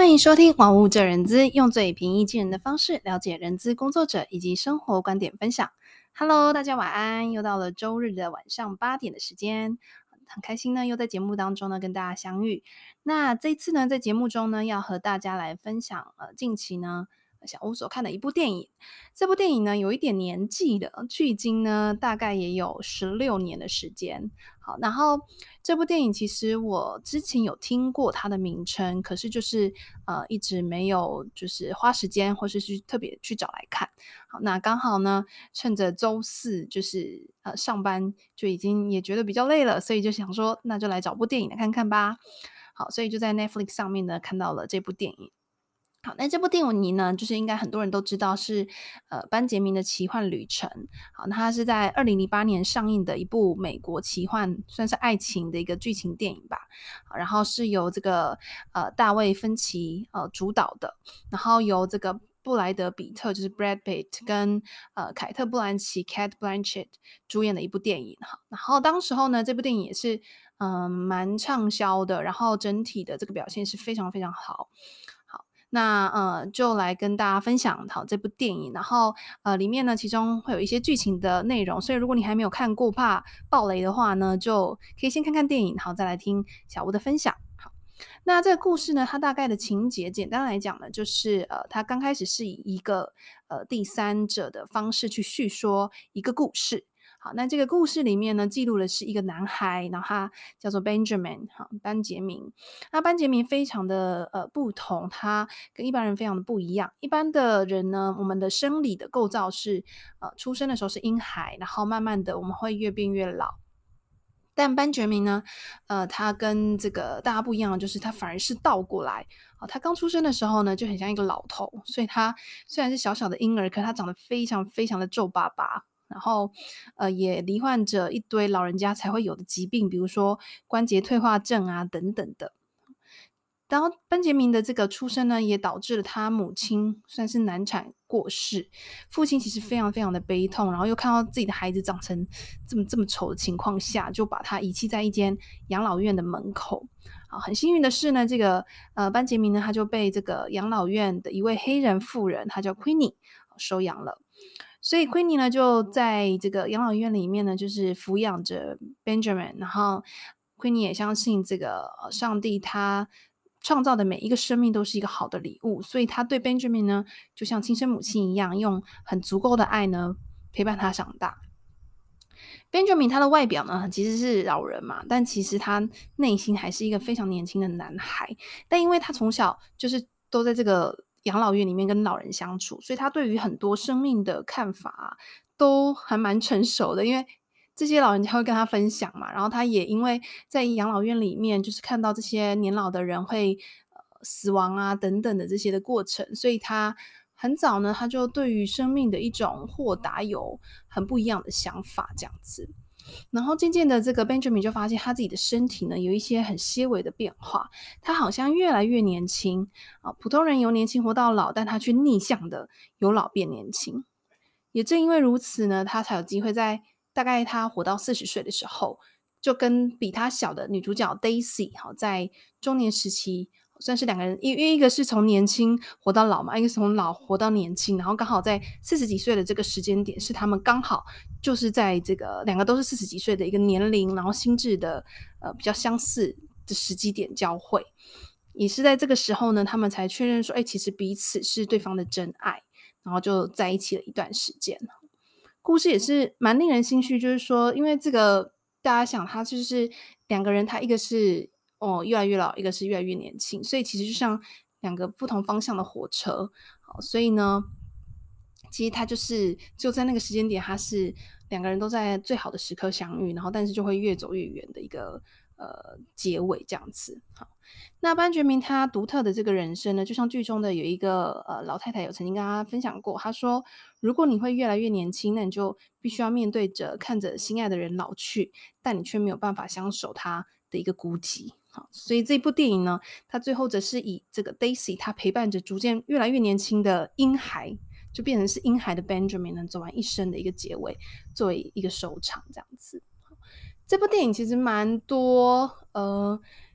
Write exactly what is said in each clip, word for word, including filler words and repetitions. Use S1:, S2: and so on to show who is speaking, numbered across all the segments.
S1: 欢迎收听玩物这人资，用最平易近人的方式了解人资工作者以及生活观点分享。Hello， 大家晚安，又到了周日的晚上八点的时间，很开心呢，又在节目当中呢跟大家相遇。那这一次呢，在节目中呢，要和大家来分享呃近期呢小屋所看的一部电影。这部电影呢有一点年纪的，距今呢大概也有十六年的时间。好，然后这部电影其实我之前有听过它的名称，可是就是呃一直没有就是花时间或是去特别去找来看。好，那刚好呢趁着周四就是呃上班就已经也觉得比较累了，所以就想说那就来找部电影来看看吧。好，所以就在 Netflix 上面呢看到了这部电影。好，那这部电影呢，就是应该很多人都知道是呃班杰明的奇幻旅程。好，那它是在二零零八年上映的一部美国奇幻算是爱情的一个剧情电影吧。好，然后是由这个呃大卫芬奇呃主导的，然后由这个布莱德比特就是 Brad Pitt 跟呃凯特布兰奇 Cate Blanchett 主演的一部电影。好，然后当时候呢，这部电影也是嗯、呃蛮畅销的，然后整体的这个表现是非常非常好。那呃，就来跟大家分享好这部电影，然后呃，里面呢，其中会有一些剧情的内容，所以如果你还没有看过，怕爆雷的话呢，就可以先看看电影，好再来听小吴的分享。好，那这个故事呢，它大概的情节，简单来讲呢，就是呃，它刚开始是以一个呃第三者的方式去叙说一个故事。好，那这个故事里面呢，记录的是一个男孩，然后他叫做 Benjamin， 好，班杰明。那班杰明非常的呃不同，他跟一般人非常的不一样。一般的人呢，我们的生理的构造是呃出生的时候是婴孩，然后慢慢的我们会越变越老。但班杰明呢，呃，他跟这个大家不一样的就是他反而是倒过来。哦，他刚出生的时候呢，就很像一个老头，所以他虽然是小小的婴儿，可他长得非常非常的皱巴巴。然后，呃，也罹患着一堆老人家才会有的疾病，比如说关节退化症啊等等的。然后班杰明的这个出生呢，也导致了他母亲算是难产过世，父亲其实非常非常的悲痛，然后又看到自己的孩子长成这么这么丑的情况下，就把他遗弃在一间养老院的门口。啊，很幸运的是呢，这个呃班杰明呢，他就被这个养老院的一位黑人妇人，他叫 Queenie 收养了。所以 Queenie 呢，就在这个养老院里面呢，就是抚养着 Benjamin，然后 Queenie 也相信这个上帝他创造的每一个生命都是一个好的礼物，所以他对 Benjamin 呢，就像亲生母亲一样，用很足够的爱呢陪伴他长大。Benjamin 他的外表呢其实是老人嘛，但其实他内心还是一个非常年轻的男孩。但因为他从小就是都在这个养老院里面跟老人相处，所以他对于很多生命的看法啊，都还蛮成熟的。因为这些老人家会跟他分享嘛，然后他也因为在养老院里面，就是看到这些年老的人会呃死亡啊等等的这些的过程，所以他很早呢，他就对于生命的一种豁达有很不一样的想法，这样子。然后渐渐的，这个 Benjamin 就发现他自己的身体呢有一些很些微的变化，他好像越来越年轻啊。普通人由年轻活到老，但他却逆向的由老变年轻。也正因为如此呢，他才有机会在大概他活到四十岁的时候，就跟比他小的女主角 Daisy 好在中年时期算是两个人，因为一个是从年轻活到老嘛，一个是从老活到年轻，然后刚好在四十几岁的这个时间点，是他们刚好就是在这个两个都是四十几岁的一个年龄，然后心智的呃比较相似的时机点交汇。也是在这个时候呢，他们才确认说，哎，其实彼此是对方的真爱，然后就在一起了一段时间。故事也是蛮令人心虚，就是说，因为这个大家想，他就是两个人，他一个是哦越来越老，一个是越来越年轻，所以其实就像两个不同方向的火车。好，所以呢，其实他就是就在那个时间点，他是两个人都在最好的时刻相遇，然后但是就会越走越远的一个呃结尾这样子。好，那班杰明他独特的这个人生呢，就像剧中的有一个呃老太太有曾经跟他分享过，他说，如果你会越来越年轻，那你就必须要面对着看着心爱的人老去，但你却没有办法相守他的一个孤寂。好，所以这部电影呢，它最后则是以这个 Daisy 她陪伴着逐渐越来越年轻的婴孩，就变成是婴孩的 Benjamin 能走完一生的一个结尾，作为一个收场这样子。这部电影其实蛮多呃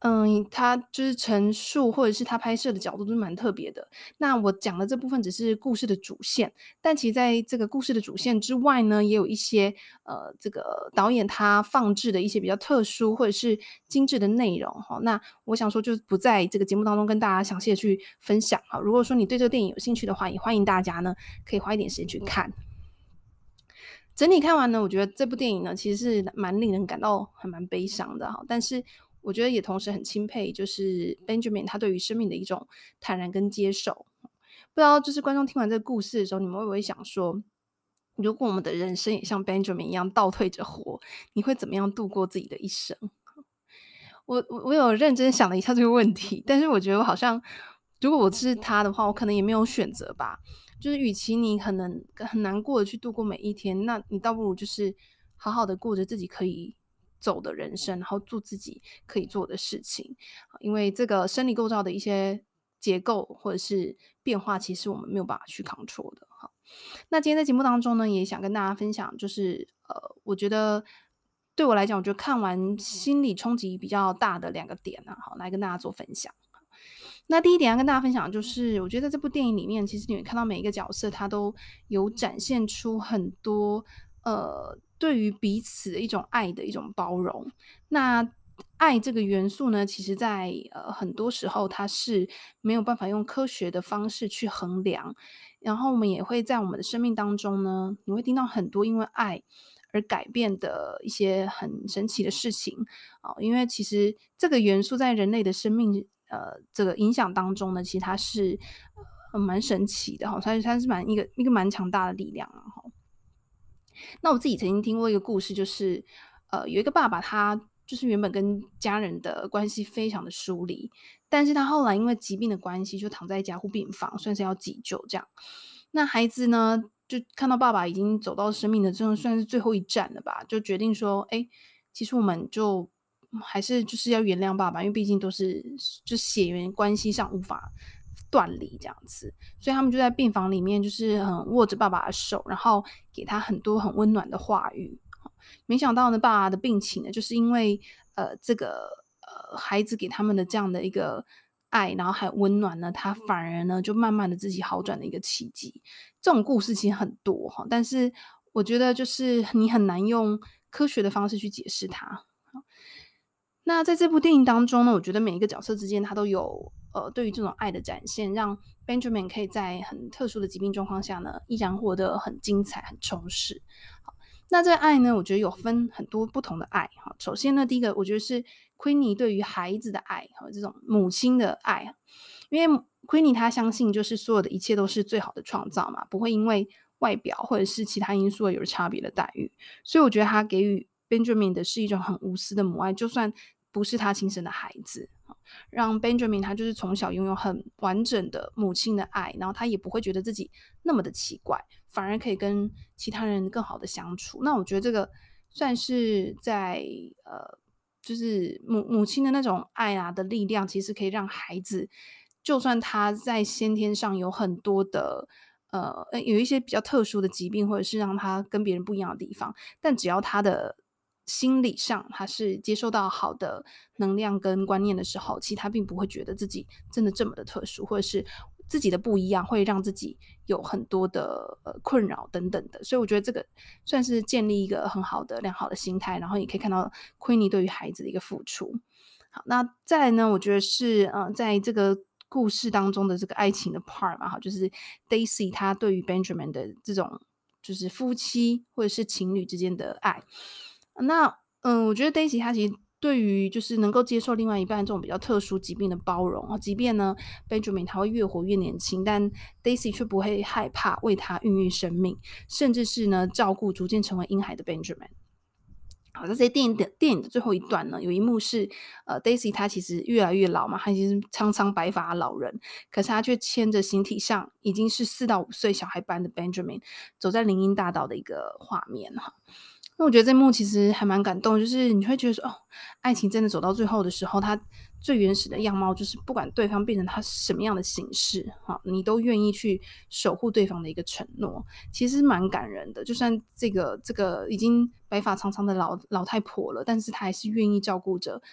S1: 嗯，它就是陈述或者是它拍摄的角度都是蛮特别的。那我讲的这部分只是故事的主线，但其实在这个故事的主线之外呢，也有一些呃，这个导演他放置的一些比较特殊或者是精致的内容哈。那我想说就不在这个节目当中跟大家详细的去分享哈。如果说你对这个电影有兴趣的话，也欢迎大家呢可以花一点时间去看。整体看完呢，我觉得这部电影呢，其实是蛮令人感到还蛮悲伤的哈，但是我觉得也同时很钦佩，就是 Benjamin 他对于生命的一种坦然跟接受。不知道就是观众听完这个故事的时候，你们会不会想说，如果我们的人生也像 Benjamin 一样倒退着活，你会怎么样度过自己的一生？我我我有认真想了一下这个问题，但是我觉得我好像，如果我是他的话，我可能也没有选择吧。就是与其你很能很难过的去度过每一天，那你倒不如就是好好的过着自己可以走的人生，然后做自己可以做的事情。因为这个生理构造的一些结构或者是变化，其实我们没有办法去 control 的哈。那今天在节目当中呢，也想跟大家分享，就是呃，我觉得对我来讲，我觉得看完心理冲击比较大的两个点啊，好，来跟大家做分享。那第一点要跟大家分享的就是，我觉得在这部电影里面，其实你会看到每一个角色，他都有展现出很多呃，对于彼此的一种爱的一种包容。那爱这个元素呢，其实在呃很多时候它是没有办法用科学的方式去衡量。然后我们也会在我们的生命当中呢，你会听到很多因为爱而改变的一些很神奇的事情啊、因为其实这个元素在人类的生命呃这个影响当中呢，其实它是呃蛮神奇的哈，它是它是蛮一个一个蛮强大的力量啊哈。那我自己曾经听过一个故事，就是呃，有一个爸爸，他就是原本跟家人的关系非常的疏离，但是他后来因为疾病的关系，就躺在加护病房，算是要急救这样。那孩子呢，就看到爸爸已经走到生命的这种算是最后一站了吧，就决定说，哎，其实我们就还是就是要原谅爸爸，因为毕竟都是就血缘关系上无法断离这样子。所以他们就在病房里面，就是很握着爸爸的手，然后给他很多很温暖的话语。没想到呢，爸爸的病情呢，就是因为呃这个呃孩子给他们的这样的一个爱，然后还有温暖呢，他反而呢就慢慢的自己好转的一个奇迹。这种故事其实很多哈，但是我觉得就是你很难用科学的方式去解释它。那在这部电影当中呢，我觉得每一个角色之间他都有呃对于这种爱的展现，让 Benjamin 可以在很特殊的疾病状况下呢，依然活得很精彩、很充实。好，那这个爱呢，我觉得有分很多不同的爱哈。首先呢，第一个我觉得是 Queenie 对于孩子的爱和这种母亲的爱，因为 Queenie 她相信就是所有的一切都是最好的创造嘛，不会因为外表或者是其他因素而有差别的待遇。所以我觉得他给予 Benjamin 的是一种很无私的母爱，就算不是他亲生的孩子，让 Benjamin 他就是从小拥有很完整的母亲的爱，然后他也不会觉得自己那么的奇怪，反而可以跟其他人更好的相处。那我觉得这个算是在呃，就是母母亲的那种爱啊的力量，其实可以让孩子，就算他在先天上有很多的呃，有一些比较特殊的疾病，或者是让他跟别人不一样的地方，但只要他的心理上他是接受到好的能量跟观念的时候，其实他并不会觉得自己真的这么的特殊，或者是自己的不一样会让自己有很多的呃困扰等等的。所以我觉得这个算是建立一个很好的良好的心态，然后也可以看到 Queenie 对于孩子的一个付出。好，那再来呢，我觉得是呃，在这个故事当中的这个爱情的 part 嘛，哈，就是 Daisy 她对于 Benjamin 的这种就是夫妻或者是情侣之间的爱。那嗯，我觉得 Daisy 她其实对于就是能够接受另外一半这种比较特殊疾病的包容啊，即便呢 Benjamin 他会越活越年轻，但 Daisy 却不会害怕为他孕育生命，甚至是呢照顾逐渐成为婴孩的 Benjamin。好，在这电影的电影的最后一段呢，有一幕是，呃，Daisy 她其实越来越老嘛，她已经是苍苍白发的老人，可是她却牵着形体上已经是四到五岁小孩般的 Benjamin，走在林荫大道的一个画面哈。那我觉得这幕其实还蛮感动，就是你会觉得说，哦，爱情真的走到最后的时候，它最原始的样貌就是不管对方变成他什么样的形式，哈，你都愿意去守护对方的一个承诺，其实蛮感人的。就算这个这个已经白发苍苍的老老太婆了，但是她还是愿意照顾着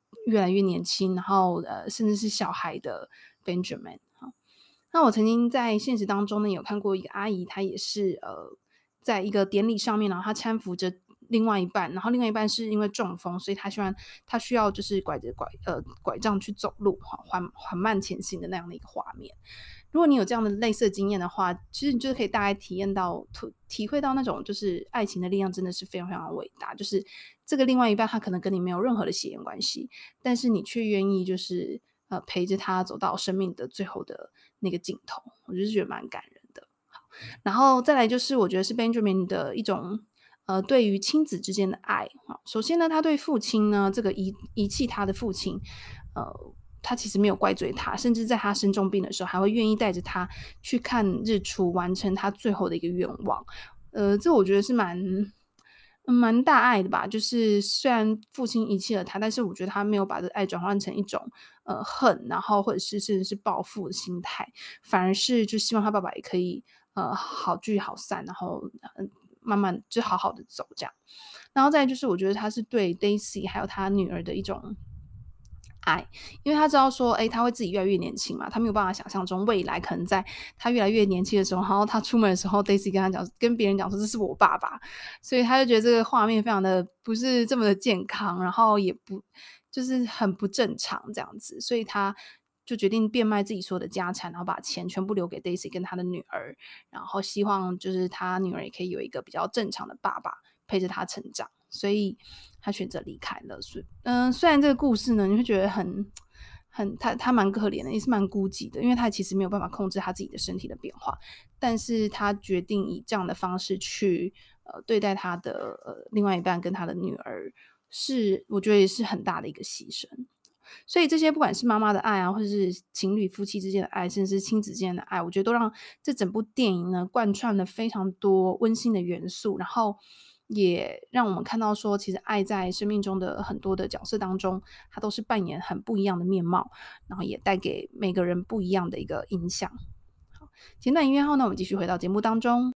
S1: 越来越年轻，然后呃甚至是小孩的 Benjamin。那我曾经在现实当中呢，有看过一个阿姨，她也是呃，在一个典礼上面，然后她搀扶着另外一半，然后另外一半是因为中风，所以她希望她需要就是拐着拐呃拐杖去走路，缓缓慢前行的那样的一个画面。如果你有这样的类似的经验的话，其实你就是可以大概体验到体会到那种就是爱情的力量真的是非常非常伟大，就是这个另外一半他可能跟你没有任何的血缘关系，但是你却愿意就是呃陪着他走到生命的最后的那个尽头，我就是觉得蛮感人的。好，然后再来就是我觉得是 Benjamin 的一种呃对于亲子之间的爱。首先呢，他对父亲呢这个遗遗弃他的父亲，呃。他其实没有怪罪他，甚至在他生重病的时候，还会愿意带着他去看日出，完成他最后的一个愿望。呃，这我觉得是蛮蛮大爱的吧。就是虽然父亲遗弃了他，但是我觉得他没有把这爱转换成一种呃恨，然后或者是甚至是报复的心态，反而是就希望他爸爸也可以呃好聚好散，然后呃慢慢就好好的走这样。然后再来就是我觉得他是对 Daisy 还有他女儿的一种爱，因为他知道说，哎，他会自己越来越年轻嘛，他没有办法想象中未来可能在他越来越年轻的时候，然后他出门的时候 ，Daisy 跟他讲，跟别人讲说这是我爸爸，所以他就觉得这个画面非常的不是这么的健康，然后也不就是很不正常这样子，所以他就决定变卖自己所有的家产，然后把钱全部留给 Daisy 跟他的女儿，然后希望就是他女儿也可以有一个比较正常的爸爸陪着他成长。所以他选择离开了。所以，嗯、呃，虽然这个故事呢，你会觉得很很他他蛮可怜的，也是蛮孤寂的，因为他其实没有办法控制他自己的身体的变化，但是他决定以这样的方式去呃对待他的呃另外一半跟他的女儿，是我觉得也是很大的一个牺牲。所以这些不管是妈妈的爱啊，或者是情侣夫妻之间的爱，甚至是亲子之间的爱，我觉得都让这整部电影呢贯穿了非常多温馨的元素，然后也让我们看到说，其实爱在生命中的很多的角色当中，它都是扮演很不一样的面貌，然后也带给每个人不一样的一个影响。好，简短音乐后呢，我们继续回到节目当中。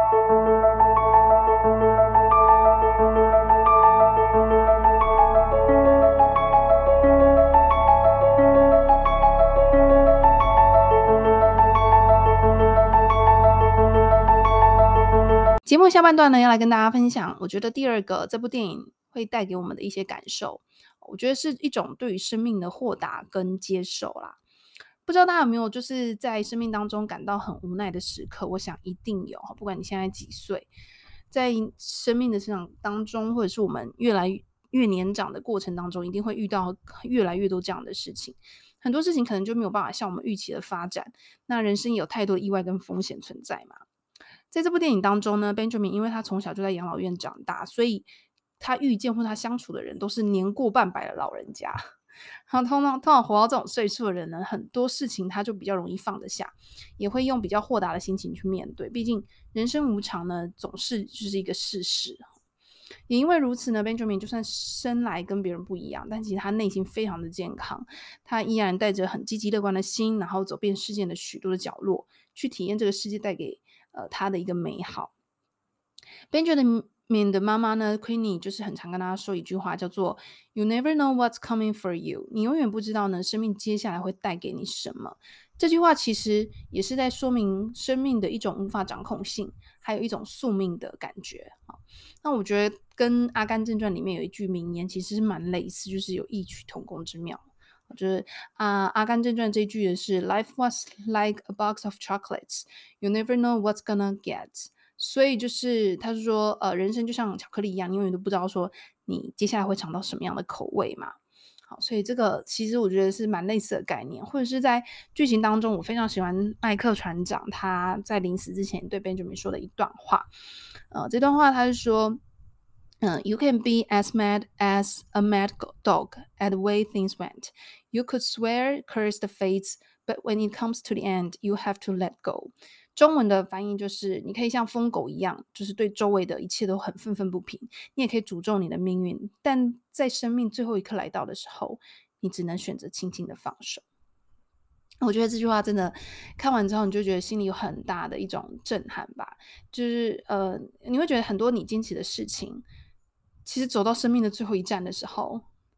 S1: 节目下半段呢，要来跟大家分享，我觉得第二个这部电影会带给我们的一些感受，我觉得是一种对于生命的豁达跟接受啦。不知道大家有没有就是在生命当中感到很无奈的时刻？我想一定有，不管你现在几岁，在生命的成长当中，或者是我们越来越年长的过程当中，一定会遇到越来越多这样的事情。很多事情可能就没有办法像我们预期的发展，那人生有太多意外跟风险存在嘛。在这部电影当中呢 Benjamin 因为他从小就在养老院长大，所以他遇见或他相处的人都是年过半百的老人家。然后通常通常活到这种岁数的人呢，很多事情他就比较容易放得下，也会用比较豁达的心情去面对。毕竟人生无常呢，总是就是一个事实。也因为如此呢 Benjamin 就算生来跟别人不一样，但其实他内心非常的健康，他依然带着很积极乐观的心，然后走遍世界的许多的角落，去体验这个世界带给呃他的一个美好。Benjamin 的妈妈呢 Queenie 就是很常跟大家说一句话，叫做 You never know what's coming for you， 你永远不知道呢生命接下来会带给你什么。这句话其实也是在说明生命的一种无法掌控性，还有一种宿命的感觉。那我觉得跟《阿甘正传》里面有一句名言其实是蛮类似，就是有异曲同工之妙。我觉得啊，《阿甘正传》这句的是 Life was like a box of chocolates, you never know what's gonna get。所以就是他是说，呃，人生就像巧克力一样，你永远都不知道说你接下来会尝到什么样的口味嘛。好，所以这个其实我觉得是蛮类似的概念，或者是在剧情当中，我非常喜欢麦克船长他在临死之前对 Benjamin 说的一段话。呃，这段话他是说，嗯 You can be as mad as a mad dog at the way things went. You could swear, curse the fates, but when it comes to the end, you have to let go. 中文的翻译就是，你可以像疯狗一样，就是对周围的一切都很愤愤不平，你也可以诅咒你的命运，但在生命最后一刻来到的时候，你只能选择轻轻的放手。我觉得这句话真的看完之后，你就觉得心里有很大的一种震撼吧。就是呃，你会觉得很多你坚持的事情，其实走到生命的最后一站的时候，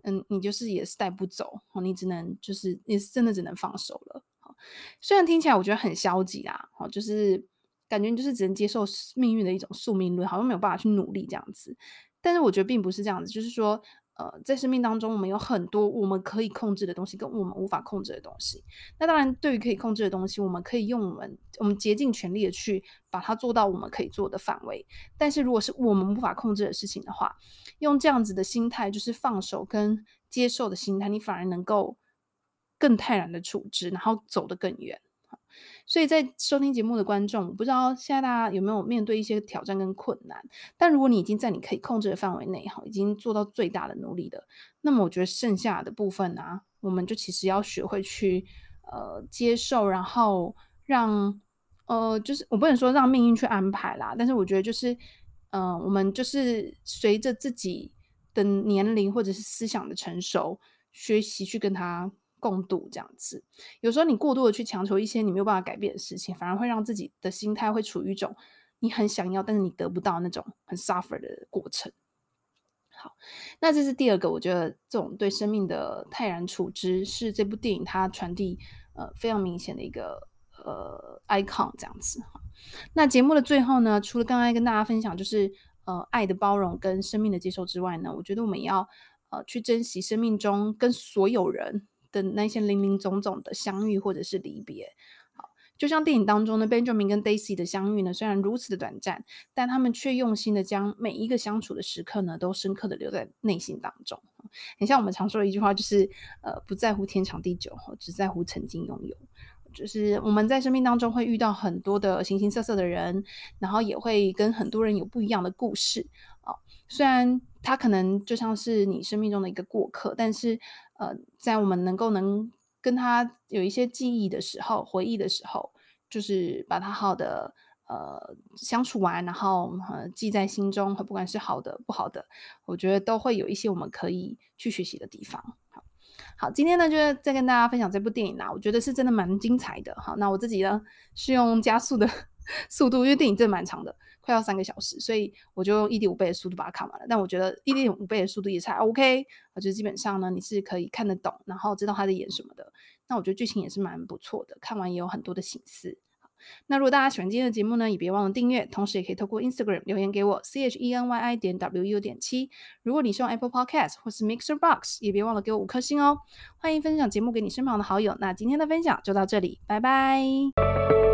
S1: 嗯，你就是也是带不走，你只能就是你是真的只能放手了。虽然听起来我觉得很消极啦，就是感觉就是只能接受命运的一种宿命论，好像没有办法去努力这样子。但是我觉得并不是这样子，就是说呃，在生命当中我们有很多我们可以控制的东西跟我们无法控制的东西。那当然对于可以控制的东西，我们可以用我们我们竭尽全力的去把它做到我们可以做的范围。但是如果是我们无法控制的事情的话，用这样子的心态，就是放手跟接受的心态，你反而能够更泰然的处置，然后走得更远。所以在收听节目的观众，我不知道现在大家有没有面对一些挑战跟困难，但如果你已经在你可以控制的范围内，已经做到最大的努力的，那么我觉得剩下的部分啊，我们就其实要学会去呃接受，然后让呃就是我不能说让命运去安排啦，但是我觉得就是呃我们就是随着自己的年龄或者是思想的成熟，学习去跟他共度这样子。有时候你过度的去强求一些你没有办法改变的事情，反而会让自己的心态会处于一种你很想要，但是你得不到那种很 suffer 的过程。好，那这是第二个，我觉得这种对生命的泰然处之，是这部电影它传递呃非常明显的一个呃 icon 这样子。那节目的最后呢，除了刚才跟大家分享就是呃爱的包容跟生命的接受之外呢，我觉得我们也要呃去珍惜生命中跟所有人的那些零零总总的相遇或者是离别。好，就像电影当中呢 Benjamin 跟 Daisy 的相遇呢，虽然如此的短暂，但他们却用心的将每一个相处的时刻呢，都深刻的留在内心当中。很像我们常说的一句话，就是呃不在乎天长地久，只在乎曾经拥有。就是我们在生命当中会遇到很多的形形色色的人，然后也会跟很多人有不一样的故事啊。虽然他可能就像是你生命中的一个过客，但是呃，在我们能够能跟他有一些记忆的时候、回忆的时候，就是把它好好的呃相处完，然后呃记在心中，不管是好的不好的，我觉得都会有一些我们可以去学习的地方。好。好，今天呢，就是再跟大家分享这部电影啦，我觉得是真的蛮精彩的。好，那我自己呢是用加速的速度，因为电影真的蛮长的，快要三个小时，所以我就用一点五倍的速度把它看完了。但我觉得一点五倍的速度也是还 OK，我觉得基本上呢你是可以看得懂，然后知道他在演什么的。那我觉得剧情也是蛮不错的，看完也有很多的省思。那如果大家喜欢今天的节目呢，也别忘了订阅，同时也可以透过 Instagram 留言给我 c h e n y i 点 w u 点七。如果你是用 Apple Podcast 或是 Mixer Box， 也别忘了给我五颗星哦。欢迎分享节目给你身旁的好友。那今天的分享就到这里，拜拜。